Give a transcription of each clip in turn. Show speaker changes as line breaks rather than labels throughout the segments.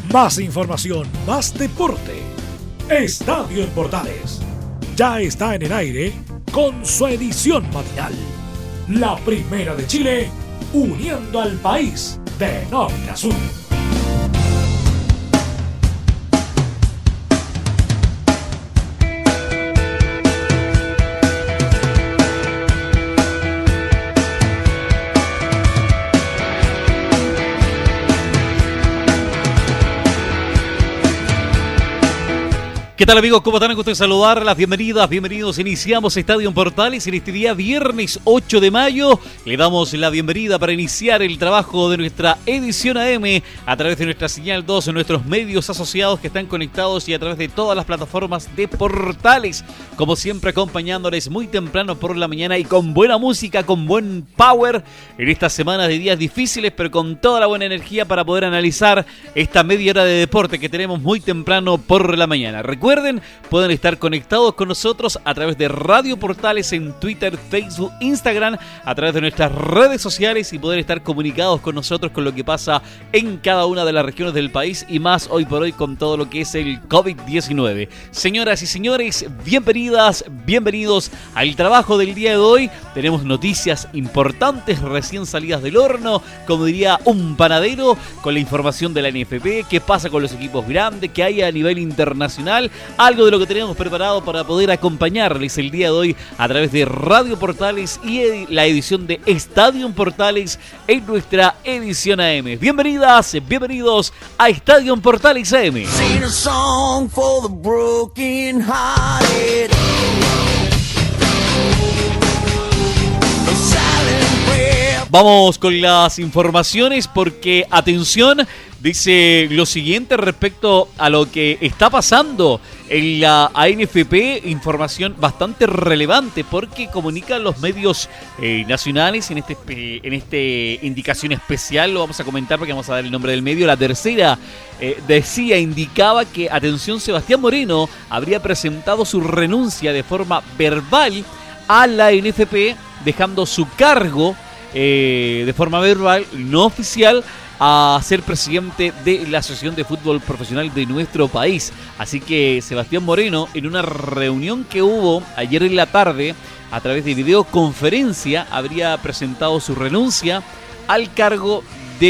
Más información, más deporte. Estadio en Portales ya está en el aire con su edición matinal. La primera de Chile, uniendo al país de norte a sur.
¿Qué tal, amigos? ¿Cómo están? Gusto de saludarlas. Bienvenidos. Iniciamos Estadio en Portales en este día viernes 8 de mayo. Le damos la bienvenida para iniciar el trabajo de nuestra edición AM a través de nuestra señal 2 en nuestros medios asociados que están conectados y a través de todas las plataformas de Portales. Como siempre, acompañándoles muy temprano por la mañana y con buena música, con buen power en estas semanas de días difíciles, pero con toda la buena energía para poder analizar esta media hora de deporte que tenemos muy temprano por la mañana. Recuerden, pueden estar conectados con nosotros a través de Radio Portales en Twitter, Facebook, Instagram, a través de nuestras redes sociales y poder estar comunicados con nosotros con lo que pasa en cada una de las regiones del país y más hoy por hoy con todo lo que es el COVID-19. Señoras y señores, bienvenidos al trabajo del día de hoy. Tenemos noticias importantes recién salidas del horno, como diría un panadero, con la información de la NFP, qué pasa con los equipos grandes, qué hay a nivel internacional. Algo de lo que tenemos preparado para poder acompañarles el día de hoy a través de Radio Portales y la edición de Estadio en Portales en nuestra edición AM. Bienvenidos a Estadio en Portales AM. Vamos con las informaciones porque, atención, dice lo siguiente respecto a lo que está pasando en la ANFP, información bastante relevante porque comunican los medios nacionales en este indicación especial, lo vamos a comentar porque vamos a dar el nombre del medio. La Tercera indicaba que, atención, Sebastián Moreno habría presentado su renuncia de forma verbal a la ANFP, dejando su cargo de forma verbal, no oficial, a ser presidente de la Asociación de Fútbol Profesional de nuestro país. Así que Sebastián Moreno, en una reunión que hubo ayer en la tarde, a través de videoconferencia, habría presentado su renuncia al cargo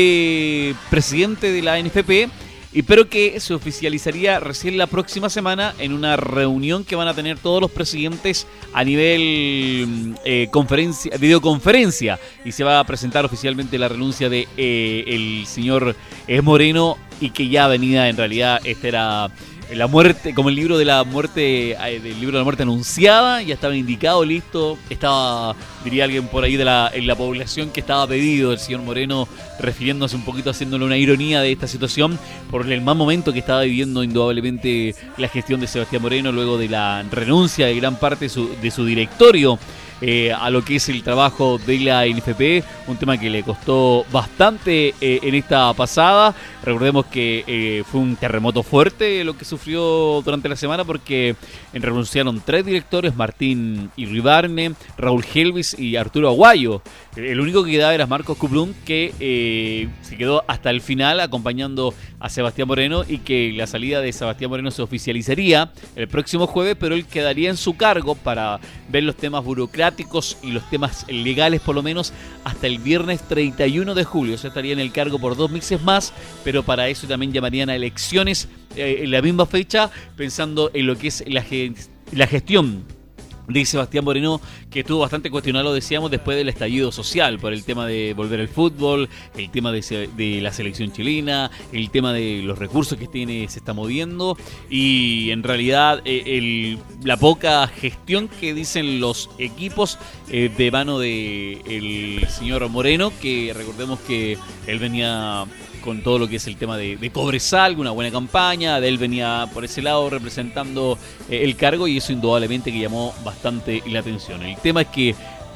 de presidente de la ANFP, pero que se oficializaría recién la próxima semana en una reunión que van a tener todos los presidentes a nivel videoconferencia, y se va a presentar oficialmente la renuncia de el señor Moreno, y que ya venía, en realidad, esta era la muerte, como el libro de la muerte, del libro de la muerte anunciada, ya estaba indicado, listo, estaba, diría alguien por ahí en la población, que estaba pedido el señor Moreno, refiriéndose un poquito, haciéndole una ironía de esta situación por el mal momento que estaba viviendo indudablemente la gestión de Sebastián Moreno luego de la renuncia de gran parte de su directorio a lo que es el trabajo de la NFP, un tema que le costó bastante en esta pasada. Recordemos que fue un terremoto fuerte lo que sufrió durante la semana, porque renunciaron 3 directores: Martín Irribarne, Raúl Helvis y Arturo Aguayo. El único que quedaba era Marcos Kuplum, que se quedó hasta el final acompañando a Sebastián Moreno, y que la salida de Sebastián Moreno se oficializaría el próximo jueves, pero él quedaría en su cargo para ver los temas burocráticos y los temas legales, por lo menos hasta el viernes 31 de julio. O sea, estaría en el cargo por 2 meses más, pero para eso también llamarían a elecciones en la misma fecha, pensando en lo que es la gestión de Sebastián Moreno, que estuvo bastante cuestionado, decíamos, después del estallido social, por el tema de volver al fútbol, el tema de la selección chilena, el tema de los recursos que se está moviendo, y en realidad la poca gestión que dicen los equipos de mano del señor Moreno, que recordemos que él venía con todo lo que es el tema de Cobresal, una buena campaña, de él venía por ese lado representando el cargo, y eso indudablemente que llamó bastante la atención. El tema es que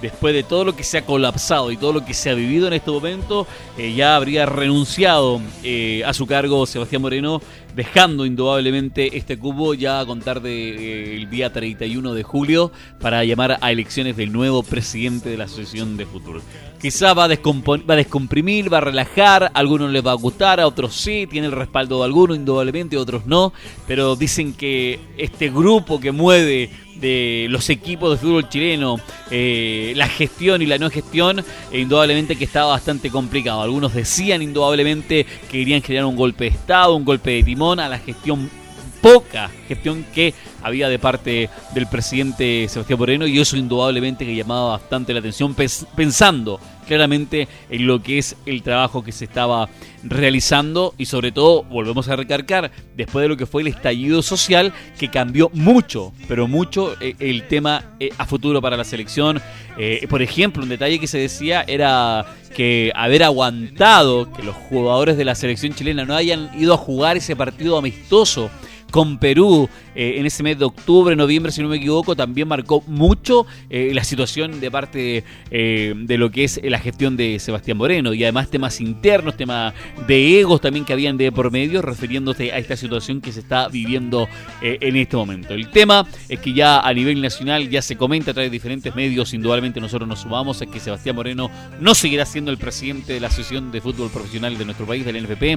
después de todo lo que se ha colapsado y todo lo que se ha vivido en este momento, ya habría renunciado a su cargo Sebastián Moreno, dejando indudablemente este cupo ya a contar del día 31 de julio para llamar a elecciones del nuevo presidente de la Asociación de Fútbol. Quizá va a descomprimir, va a relajar, a algunos les va a gustar, a otros sí, tiene el respaldo de algunos indudablemente, otros no, pero dicen que este grupo que mueve de los equipos de fútbol chileno, la gestión y la no gestión, indudablemente que estaba bastante complicado. Algunos decían indudablemente que querían generar un golpe de Estado, un golpe de timón a la gestión, poca gestión que había de parte del presidente Sebastián Moreno, y eso indudablemente que llamaba bastante la atención, pensando claramente en lo que es el trabajo que se estaba realizando, y sobre todo, volvemos a recalcar, después de lo que fue el estallido social, que cambió mucho, pero mucho el tema a futuro para la selección. Por ejemplo, un detalle que se decía era que haber aguantado que los jugadores de la selección chilena no hayan ido a jugar ese partido amistoso con Perú en ese mes de octubre, noviembre, si no me equivoco, también marcó mucho la situación de parte de lo que es la gestión de Sebastián Moreno, y además temas internos, temas de egos también que habían de por medio, refiriéndose a esta situación que se está viviendo en este momento. El tema es que ya a nivel nacional ya se comenta a través de diferentes medios, indudablemente nosotros nos sumamos a que Sebastián Moreno no seguirá siendo el presidente de la Asociación de Fútbol Profesional de nuestro país, del NFP,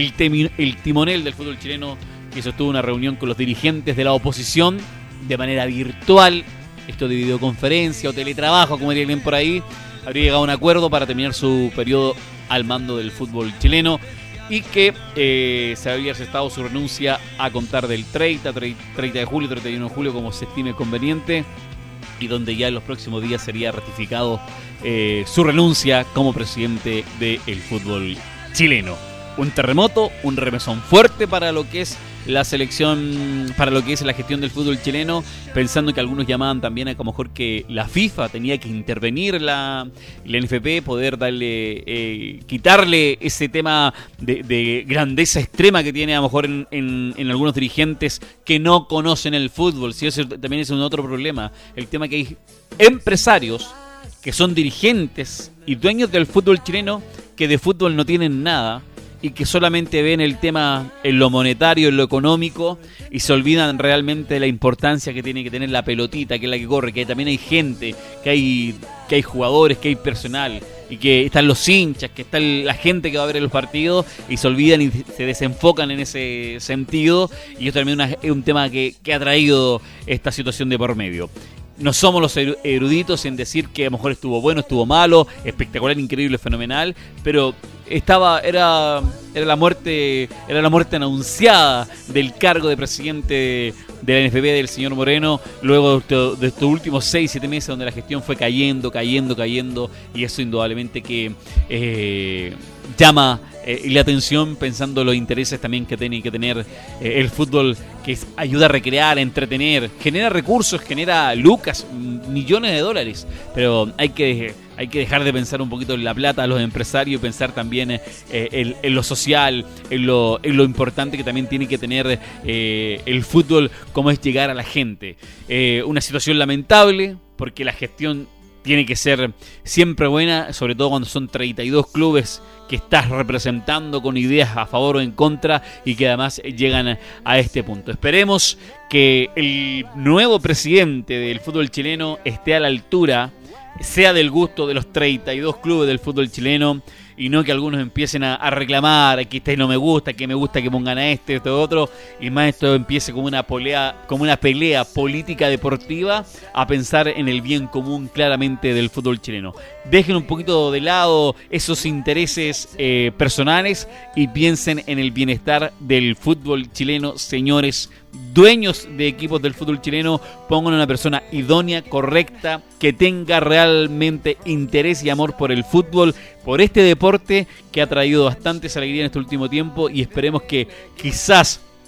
el timonel del fútbol chileno, que sostuvo una reunión con los dirigentes de la oposición de manera virtual, esto de videoconferencia o teletrabajo, como dirían por ahí, habría llegado a un acuerdo para terminar su periodo al mando del fútbol chileno, y que se había aceptado su renuncia a contar del 30 de julio, 31 de julio, como se estime conveniente, y donde ya en los próximos días sería ratificado su renuncia como presidente del fútbol chileno. Un terremoto, un remesón fuerte para lo que es la selección, para lo que es la gestión del fútbol chileno, pensando que algunos llamaban también a lo mejor que la FIFA tenía que intervenir, la NFP, poder darle, quitarle ese tema de grandeza extrema que tiene a lo mejor en algunos dirigentes que no conocen el fútbol. Si eso también es un otro problema, el tema que hay empresarios que son dirigentes y dueños del fútbol chileno que de fútbol no tienen nada, y que solamente ven el tema en lo monetario, en lo económico, y se olvidan realmente de la importancia que tiene que tener la pelotita, que es la que corre, que también hay gente, que hay jugadores, que hay personal, y que están los hinchas, que está la gente que va a ver los partidos, y se olvidan y se desenfocan en ese sentido, y eso también es un tema que ha traído esta situación de por medio. No somos los eruditos en decir que a lo mejor estuvo bueno, estuvo malo, espectacular, increíble, fenomenal, pero era la muerte anunciada del cargo de presidente de la NFP del señor Moreno, luego de estos últimos 6-7 meses donde la gestión fue cayendo, y eso indudablemente que llama la atención, pensando los intereses también que tiene que tener el fútbol, que ayuda a recrear, a entretener, genera recursos, genera lucas, millones de dólares, pero hay que dejar de pensar un poquito en la plata a los empresarios y pensar también en lo social, en lo importante que también tiene que tener el fútbol, como es llegar a la gente. Una situación lamentable, porque la gestión tiene que ser siempre buena, sobre todo cuando son 32 clubes que estás representando con ideas a favor o en contra, y que además llegan a este punto. Esperemos que el nuevo presidente del fútbol chileno esté a la altura, sea del gusto de los 32 clubes del fútbol chileno, y no que algunos empiecen a reclamar que este no me gusta que pongan a esto otro, y más esto empiece como una pelea política deportiva, a pensar en el bien común claramente del fútbol chileno. Dejen un poquito de lado esos intereses personales y piensen en el bienestar del fútbol chileno, señores dueños de equipos del fútbol chileno. Pongan a una persona idónea, correcta, que tenga realmente interés y amor por el fútbol, por este deporte que ha traído bastantes alegrías en este último tiempo, y esperemos que quizás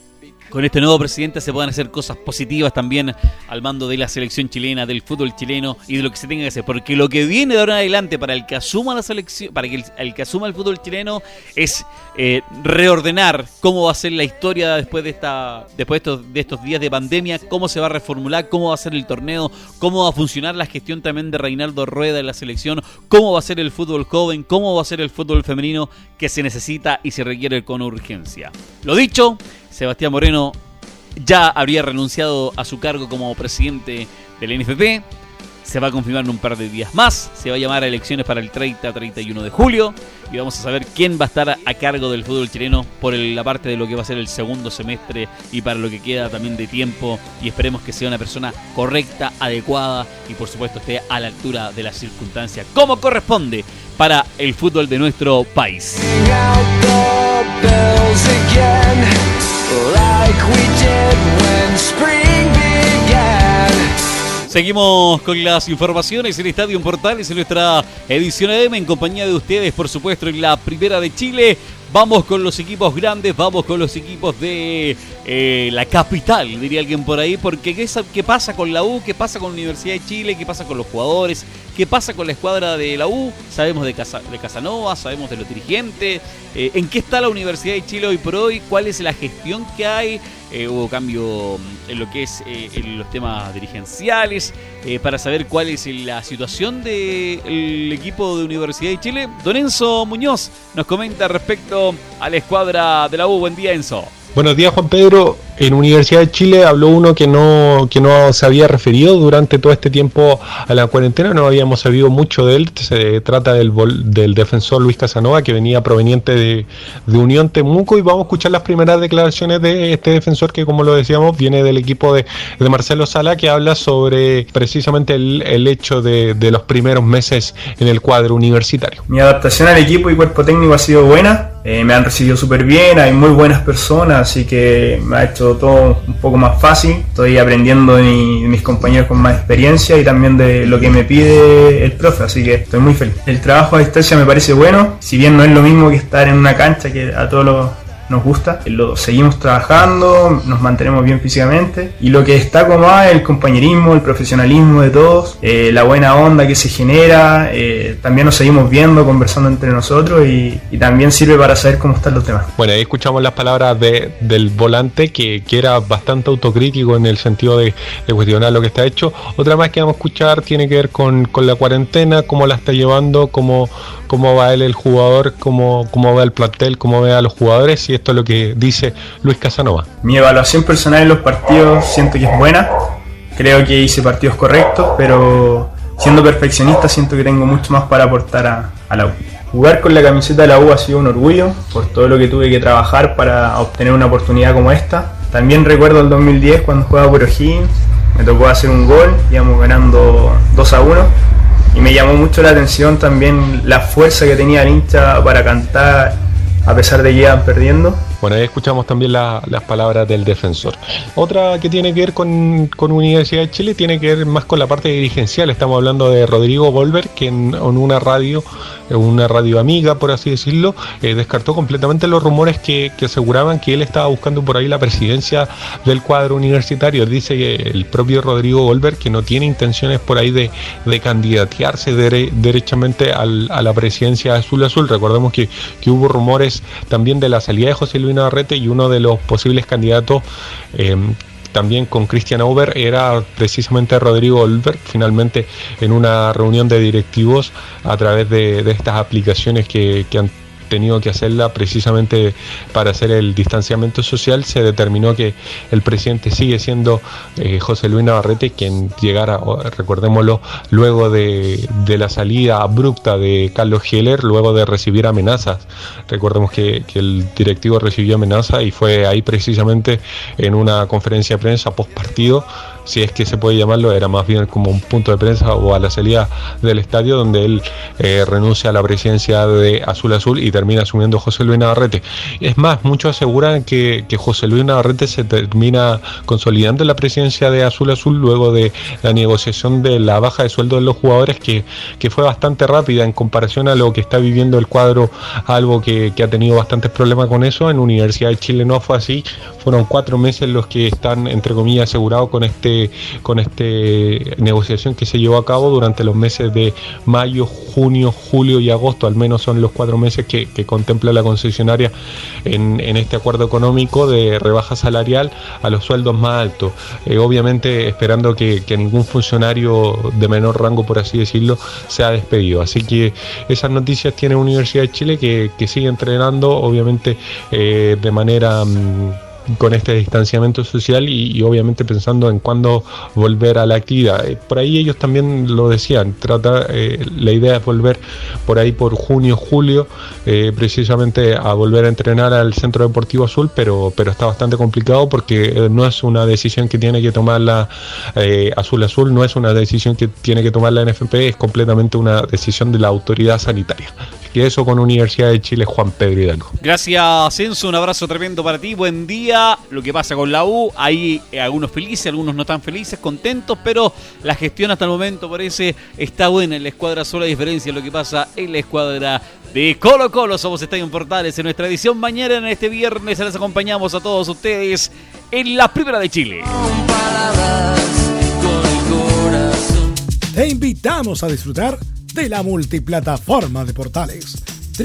con este nuevo presidente se puedan hacer cosas positivas también al mando de la selección chilena, del fútbol chileno y de lo que se tenga que hacer, porque lo que viene de ahora en adelante para el que asuma la selección, para que el que asuma el fútbol chileno es reordenar cómo va a ser la historia después de estos días de pandemia, cómo se va a reformular, cómo va a ser el torneo, cómo va a funcionar la gestión también de Reinaldo Rueda en la selección, cómo va a ser el fútbol joven, cómo va a ser el fútbol femenino que se necesita y se requiere con urgencia. Lo dicho, Sebastián Moreno ya habría renunciado a su cargo como presidente del NFP. Se va a confirmar en un par de días más. Se va a llamar a elecciones para el 30-31 de julio. Y vamos a saber quién va a estar a cargo del fútbol chileno por la parte de lo que va a ser el segundo semestre y para lo que queda también de tiempo. Y esperemos que sea una persona correcta, adecuada y por supuesto esté a la altura de las circunstancias como corresponde para el fútbol de nuestro país. Seguimos con las informaciones en Estadio Portales en nuestra edición AM en compañía de ustedes, por supuesto, en la Primera de Chile. Vamos con los equipos grandes, vamos con los equipos de la capital, diría alguien por ahí, porque ¿qué pasa con la U? ¿Qué pasa con la Universidad de Chile? ¿Qué pasa con los jugadores? ¿Qué pasa con la escuadra de la U? Sabemos de Casanova, sabemos de los dirigentes. ¿En qué está la Universidad de Chile hoy por hoy? ¿Cuál es la gestión que hay? Hubo cambio en lo que es en los temas dirigenciales, para saber cuál es la situación del equipo de Universidad de Chile. Don Enzo Muñoz nos comenta respecto a la escuadra de la U. Buen día, Enzo.
Buenos días, Juan Pedro. En Universidad de Chile habló uno que no se había referido durante todo este tiempo a la cuarentena, no habíamos sabido mucho de él. Se trata del defensor Luis Casanova, que venía proveniente de Unión Temuco, y vamos a escuchar las primeras declaraciones de este defensor que, como lo decíamos, viene del equipo de Marcelo Sala, que habla sobre precisamente el hecho de los primeros meses en el cuadro universitario.
Mi adaptación al equipo y cuerpo técnico ha sido buena. Me han recibido súper bien, hay muy buenas personas, así que me ha hecho todo un poco más fácil. Estoy aprendiendo de mis compañeros con más experiencia y también de lo que me pide el profe, así que estoy muy feliz. El trabajo a distancia me parece bueno, si bien no es lo mismo que estar en una cancha, que a todos nos gusta, lo seguimos trabajando, nos mantenemos bien físicamente y lo que destaco más es el compañerismo, el profesionalismo de todos, la buena onda que se genera, también nos seguimos viendo, conversando entre nosotros y también sirve para saber cómo están los demás.
Bueno, ahí escuchamos las palabras del volante que era bastante autocrítico en el sentido de cuestionar lo que está hecho. Otra más que vamos a escuchar tiene que ver con la cuarentena, cómo la está llevando, cómo va él, el jugador, cómo va el plantel, cómo ve a los jugadores, y esto es lo que dice Luis Casanova.
Mi evaluación personal en los partidos siento que es buena, creo que hice partidos correctos, pero siendo perfeccionista siento que tengo mucho más para aportar a la U. Jugar con la camiseta de la U ha sido un orgullo por todo lo que tuve que trabajar para obtener una oportunidad como esta. También recuerdo el 2010 cuando jugaba por O'Higgins, me tocó hacer un gol, íbamos ganando 2-1. Y me llamó mucho la atención también la fuerza que tenía el hincha para cantar a pesar de que iban perdiendo.
Bueno, ahí escuchamos también las palabras del defensor. Otra que tiene que ver con Universidad de Chile tiene que ver más con la parte dirigencial. Estamos hablando de Rodrigo Goldberg, que en una radio amiga, por así decirlo, descartó completamente los rumores que aseguraban que él estaba buscando por ahí la presidencia del cuadro universitario. Dice que el propio Rodrigo Goldberg que no tiene intenciones por ahí de candidatearse derechamente a la presidencia azul. Recordemos que hubo rumores también de la salida de José Luis Navarrete, y uno de los posibles candidatos también con Christian Auber era precisamente Rodrigo Goldberg. Finalmente, en una reunión de directivos a través de estas aplicaciones que han tenido que hacerla precisamente para hacer el distanciamiento social, se determinó que el presidente sigue siendo José Luis Navarrete, quien llegara, recordémoslo, luego de la salida abrupta de Carlos Heller, luego de recibir amenazas. Recordemos que el directivo recibió amenazas y fue ahí precisamente en una conferencia de prensa post partido si es que se puede llamarlo, era más bien como un punto de prensa o a la salida del estadio, donde él renuncia a la presidencia de Azul Azul y termina asumiendo José Luis Navarrete. Es más, muchos aseguran que José Luis Navarrete se termina consolidando en la presidencia de Azul Azul luego de la negociación de la baja de sueldo de los jugadores, que fue bastante rápida en comparación a lo que está viviendo el cuadro, algo que ha tenido bastantes problemas con eso. En Universidad de Chile no fue así, fueron 4 meses los que están, entre comillas, asegurados con este negociación que se llevó a cabo durante los meses de mayo, junio, julio y agosto. Al menos son los 4 meses que contempla la concesionaria en este acuerdo económico de rebaja salarial a los sueldos más altos, obviamente esperando que ningún funcionario de menor rango, por así decirlo, sea despedido. Así que esas noticias tiene Universidad de Chile, que sigue entrenando, obviamente de manera con este distanciamiento social y obviamente pensando en cuándo volver a la actividad. Por ahí ellos también lo decían, la idea es volver por ahí por junio, julio, precisamente a volver a entrenar al Centro Deportivo Azul, pero está bastante complicado porque no es una decisión que tiene que tomar la Azul Azul, no es una decisión que tiene que tomar la NFP, es completamente una decisión de la autoridad sanitaria. Y eso con Universidad de Chile, Juan Pedro Hidalgo.
Gracias, Censo, un abrazo tremendo para ti, buen día. Lo que pasa con la U, hay algunos felices, algunos no tan felices, contentos, pero la gestión hasta el momento parece está buena en la escuadra, sola diferencia de lo que pasa en la escuadra de Colo Colo. Somos Estadio en Portales en nuestra edición mañana, en este viernes, les acompañamos a todos ustedes en la Primera de Chile.
Te invitamos a disfrutar de la multiplataforma de Portales,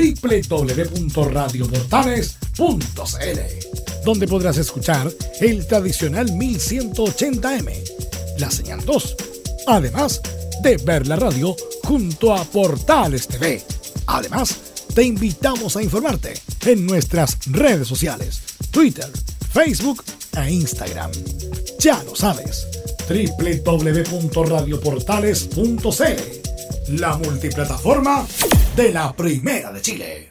www.radioportales.cl, donde podrás escuchar el tradicional 1180M, la señal 2, además de ver la radio junto a Portales TV. Además, te invitamos a informarte en nuestras redes sociales, Twitter, Facebook e Instagram. Ya lo sabes, www.radioportales.cl, la multiplataforma de la Primera de Chile.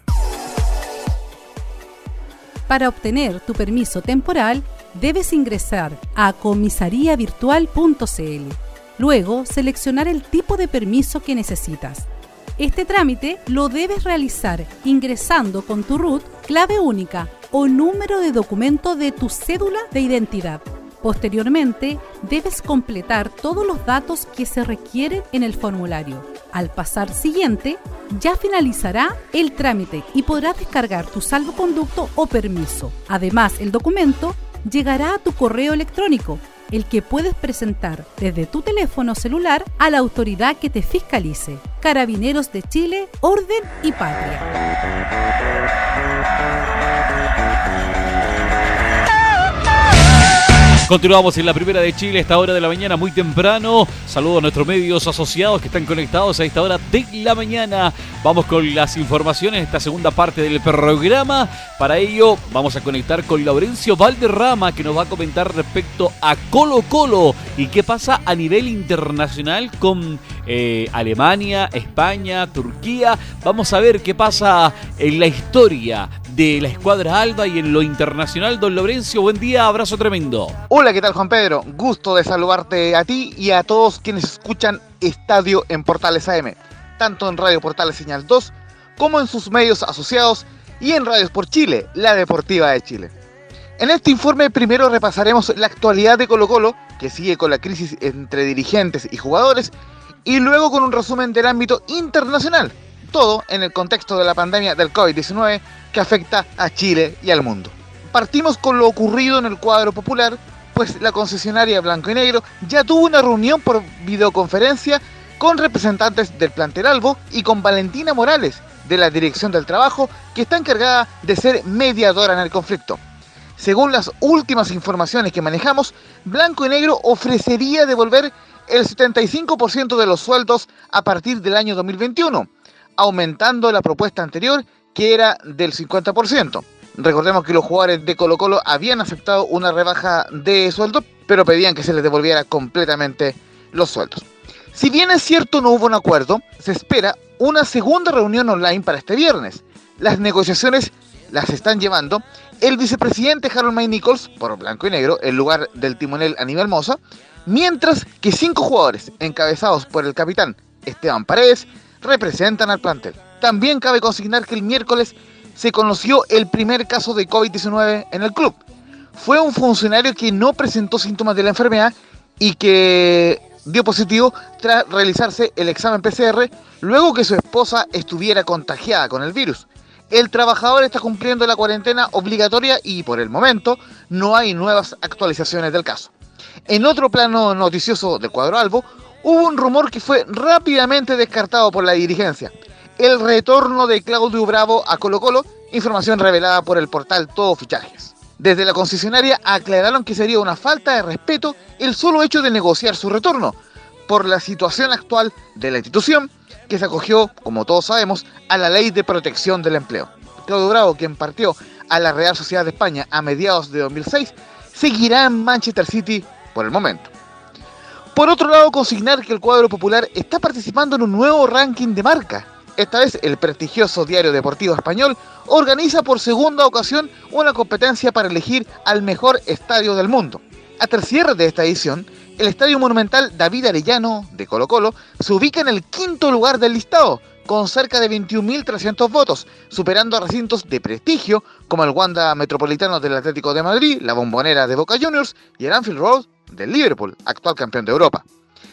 Para obtener tu permiso temporal, debes ingresar a comisariavirtual.cl. Luego, seleccionar el tipo de permiso que necesitas. Este trámite lo debes realizar ingresando con tu RUT, clave única o número de documento de tu cédula de identidad. Posteriormente, debes completar todos los datos que se requieren en el formulario. Al pasar siguiente, ya finalizará el trámite y podrás descargar tu salvoconducto o permiso. Además, el documento llegará a tu correo electrónico, el que puedes presentar desde tu teléfono celular a la autoridad que te fiscalice. Carabineros de Chile, Orden y Patria.
Continuamos en la Primera de Chile a esta hora de la mañana, muy temprano. Saludos a nuestros medios asociados que están conectados a esta hora de la mañana. Vamos con las informaciones, esta segunda parte del programa. Para ello vamos a conectar con Laurencio Valderrama, que nos va a comentar respecto a Colo Colo y qué pasa a nivel internacional con Alemania, España, Turquía. Vamos a ver qué pasa en la historia de la escuadra alba y en lo internacional. Don Laurencio, buen día, abrazo tremendo.
Hola, ¿qué tal, Juan Pedro? Gusto de saludarte a ti y a todos quienes escuchan Estadio en Portales AM, tanto en Radio Portales Señal 2 como en sus medios asociados y en Radios por Chile, la deportiva de Chile. En este informe primero repasaremos la actualidad de Colo Colo, que sigue con la crisis entre dirigentes y jugadores, y luego con un resumen del ámbito internacional, todo en el contexto de la pandemia del COVID-19 que afecta a Chile y al mundo. Partimos con lo ocurrido en el cuadro popular, pues la concesionaria Blanco y Negro ya tuvo una reunión por videoconferencia con representantes del plantel albo y con Valentina Morales, de la Dirección del Trabajo, que está encargada de ser mediadora en el conflicto. Según las últimas informaciones que manejamos, Blanco y Negro ofrecería devolver el 75% de los sueldos a partir del año 2021, aumentando la propuesta anterior, que era del 50%. Recordemos que los jugadores de Colo Colo habían aceptado una rebaja de sueldo, pero pedían que se les devolviera completamente los sueldos. Si bien es cierto no hubo un acuerdo, se espera una segunda reunión online para este viernes. Las negociaciones las están llevando el vicepresidente Harold May Nichols, por Blanco y Negro, en lugar del timonel Aníbal Mosa, mientras que 5 jugadores, encabezados por el capitán Esteban Paredes, representan al plantel. También cabe consignar que el miércoles se conoció el primer caso de COVID-19 en el club. Fue un funcionario que no presentó síntomas de la enfermedad y que dio positivo tras realizarse el examen PCR luego que su esposa estuviera contagiada con el virus. El trabajador está cumpliendo la cuarentena obligatoria y por el momento no hay nuevas actualizaciones del caso. En otro plano noticioso del cuadro albo, hubo un rumor que fue rápidamente descartado por la dirigencia: el retorno de Claudio Bravo a Colo-Colo, información revelada por el portal Todo Fichajes. Desde la concesionaria aclararon que sería una falta de respeto el solo hecho de negociar su retorno, por la situación actual de la institución, que se acogió, como todos sabemos, a la Ley de Protección del Empleo. Claudio Bravo, quien partió a la Real Sociedad de España a mediados de 2006, seguirá en Manchester City por el momento. Por otro lado, consignar que el cuadro popular está participando en un nuevo ranking de marca. Esta vez el prestigioso diario deportivo español organiza por segunda ocasión una competencia para elegir al mejor estadio del mundo. Hasta el cierre de esta edición, el Estadio Monumental David Arellano de Colo-Colo se ubica en el quinto lugar del listado, con cerca de 21.300 votos, superando a recintos de prestigio como el Wanda Metropolitano del Atlético de Madrid, la Bombonera de Boca Juniors y el Anfield Road del Liverpool, actual campeón de Europa.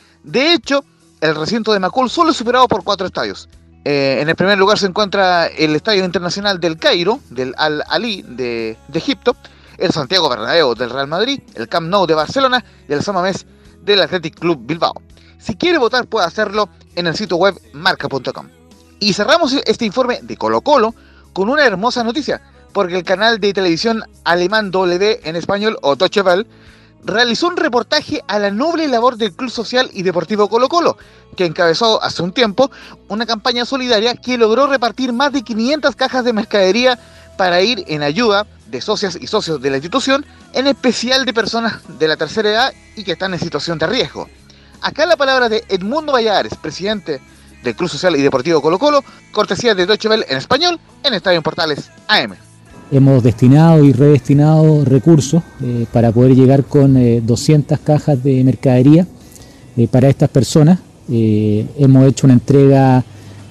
De hecho, el recinto de Macul solo es superado por 4 estadios. En el primer lugar se encuentra el Estadio Internacional del Cairo, del Al-Ali de Egipto, el Santiago Bernabéu del Real Madrid, el Camp Nou de Barcelona y el San Mamés del Athletic Club Bilbao. Si quiere votar puede hacerlo en el sitio web marca.com. Y cerramos este informe de Colo-Colo con una hermosa noticia, porque el canal de televisión alemán W en español, o Deutsche Welle, realizó un reportaje a la noble labor del Club Social y Deportivo Colo-Colo, que encabezó hace un tiempo una campaña solidaria que logró repartir más de 500 cajas de mercadería para ir en ayuda de socias y socios de la institución, en especial de personas de la tercera edad y que están en situación de riesgo. Acá la palabra de Edmundo Valladares, presidente del Club Social y Deportivo Colo-Colo, cortesía de Deutsche Welle en español, en Estadio en Portales AM.
Hemos destinado y redestinado recursos para poder llegar con 200 cajas de mercadería para estas personas. Hemos hecho una entrega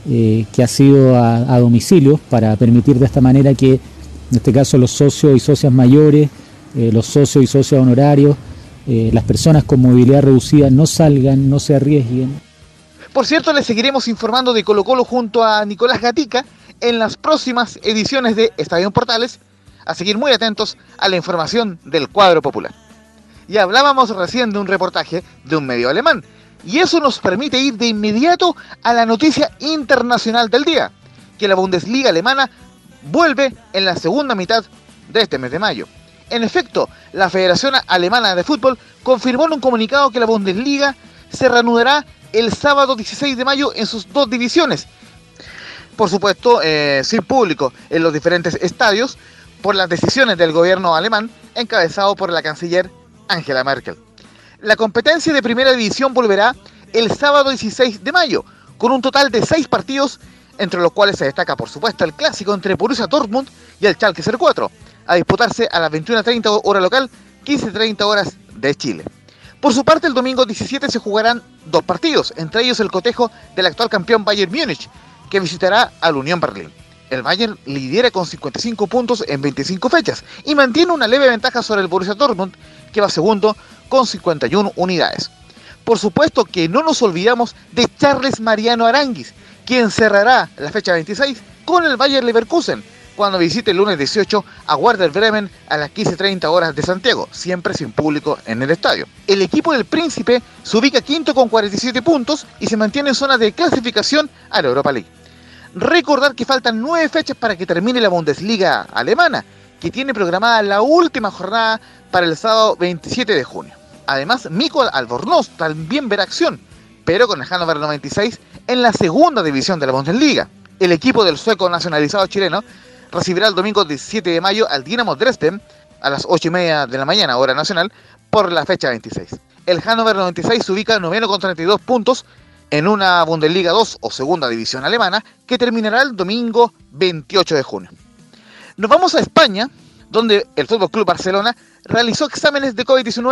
que ha sido a domicilio para permitir de esta manera que, en este caso, los socios y socias mayores, los socios y socias honorarios, las personas con movilidad reducida no salgan, no se arriesguen.
Por cierto, les seguiremos informando de Colo-Colo junto a Nicolás Gatica en las próximas ediciones de Estadio en Portales, a seguir muy atentos a la información del cuadro popular. Y hablábamos recién de un reportaje de un medio alemán, y eso nos permite ir de inmediato a la noticia internacional del día, que la Bundesliga alemana vuelve en la segunda mitad de este mes de mayo. En efecto, la Federación Alemana de Fútbol confirmó en un comunicado que la Bundesliga se reanudará el sábado 16 de mayo en sus 2 divisiones. Por supuesto, sin público en los diferentes estadios, por las decisiones del gobierno alemán, encabezado por la canciller Angela Merkel. La competencia de primera división volverá el sábado 16 de mayo, con un total de 6 partidos, entre los cuales se destaca, por supuesto, el clásico entre Borussia Dortmund y el Schalke 04, a disputarse a las 21:30 hora local, 15:30 horas de Chile. Por su parte, el domingo 17 se jugarán 2 partidos, entre ellos el cotejo del actual campeón Bayern Múnich, que visitará al Unión Berlín. El Bayern lidera con 55 puntos en 25 fechas y mantiene una leve ventaja sobre el Borussia Dortmund, que va segundo con 51 unidades. Por supuesto que no nos olvidamos de Charles Mariano Aránguiz, quien cerrará la fecha 26 con el Bayer Leverkusen, cuando visite el lunes 18 a Werder Bremen a las 15:30 horas de Santiago, siempre sin público en el estadio. El equipo del Príncipe se ubica quinto con 47 puntos y se mantiene en zona de clasificación a la Europa League. Recordar que faltan 9 fechas para que termine la Bundesliga alemana, que tiene programada la última jornada para el sábado 27 de junio. Además, Mikko Albornoz también verá acción, pero con el Hannover 96 en la segunda división de la Bundesliga. El equipo del sueco nacionalizado chileno recibirá el domingo 17 de mayo al Dinamo Dresden a las 8:30 de la mañana, hora nacional, por la fecha 26. El Hannover 96 se ubica noveno con 32 puntos en una Bundesliga 2 o segunda división alemana que terminará el domingo 28 de junio. Nos vamos a España, donde el FC Barcelona realizó exámenes de COVID-19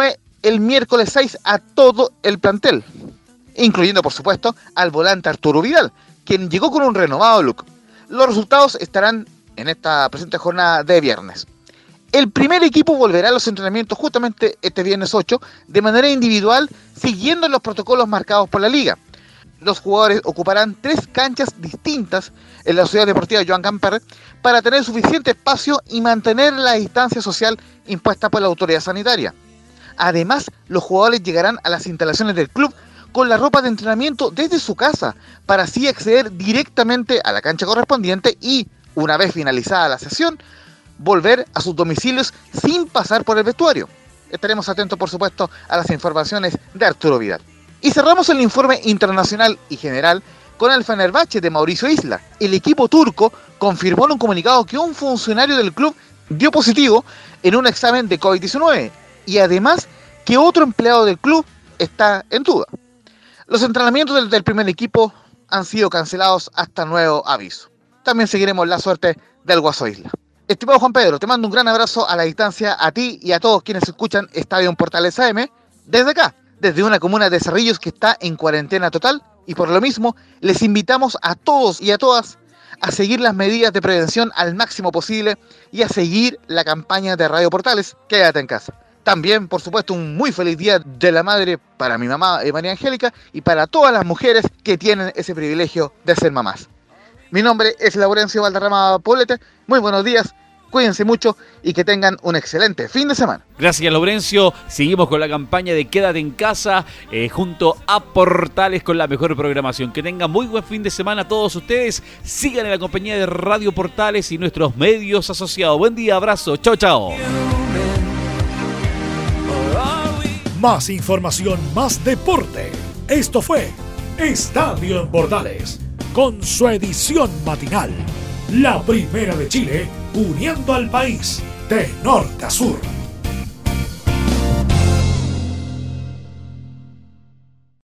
el miércoles 6 a todo el plantel, incluyendo por supuesto al volante Arturo Vidal, quien llegó con un renovado look. Los resultados estarán en esta presente jornada de viernes. El primer equipo volverá a los entrenamientos justamente este viernes 8 de manera individual, siguiendo los protocolos marcados por la liga. Los jugadores ocuparán 3 canchas distintas en la Ciudad Deportiva Joan Gamper para tener suficiente espacio y mantener la distancia social impuesta por la autoridad sanitaria. Además, los jugadores llegarán a las instalaciones del club con la ropa de entrenamiento desde su casa, para así acceder directamente a la cancha correspondiente y, una vez finalizada la sesión, volver a sus domicilios sin pasar por el vestuario. Estaremos atentos, por supuesto, a las informaciones de Arturo Vidal. Y cerramos el informe internacional y general con el Fenerbahce de Mauricio Isla. El equipo turco confirmó en un comunicado que un funcionario del club dio positivo en un examen de COVID-19 y además que otro empleado del club está en duda. Los entrenamientos del primer equipo han sido cancelados hasta nuevo aviso. También seguiremos la suerte del Guaso Isla. Estimado Juan Pedro, te mando un gran abrazo a la distancia a ti y a todos quienes escuchan Estadio en Portales AM desde acá, desde una comuna de Cerrillos que está en cuarentena total, y por lo mismo les invitamos a todos y a todas a seguir las medidas de prevención al máximo posible y a seguir la campaña de Radio Portales, Quédate en casa. También, por supuesto, un muy feliz Día de la Madre para mi mamá María Angélica y para todas las mujeres que tienen ese privilegio de ser mamás. Mi nombre es Laurencio Valderrama Poblete. Muy buenos días, cuídense mucho y que tengan un excelente fin de semana.
Gracias, Laurencio. Seguimos con la campaña de Quédate en casa junto a Portales con la mejor programación. Que tengan muy buen fin de semana todos ustedes. Sigan en la compañía de Radio Portales y nuestros medios asociados. Buen día, abrazo. Chao, chao.
Más información, más deporte. Esto fue Estadio en Portales, con su edición matinal. La primera de Chile, uniendo al país de norte a sur.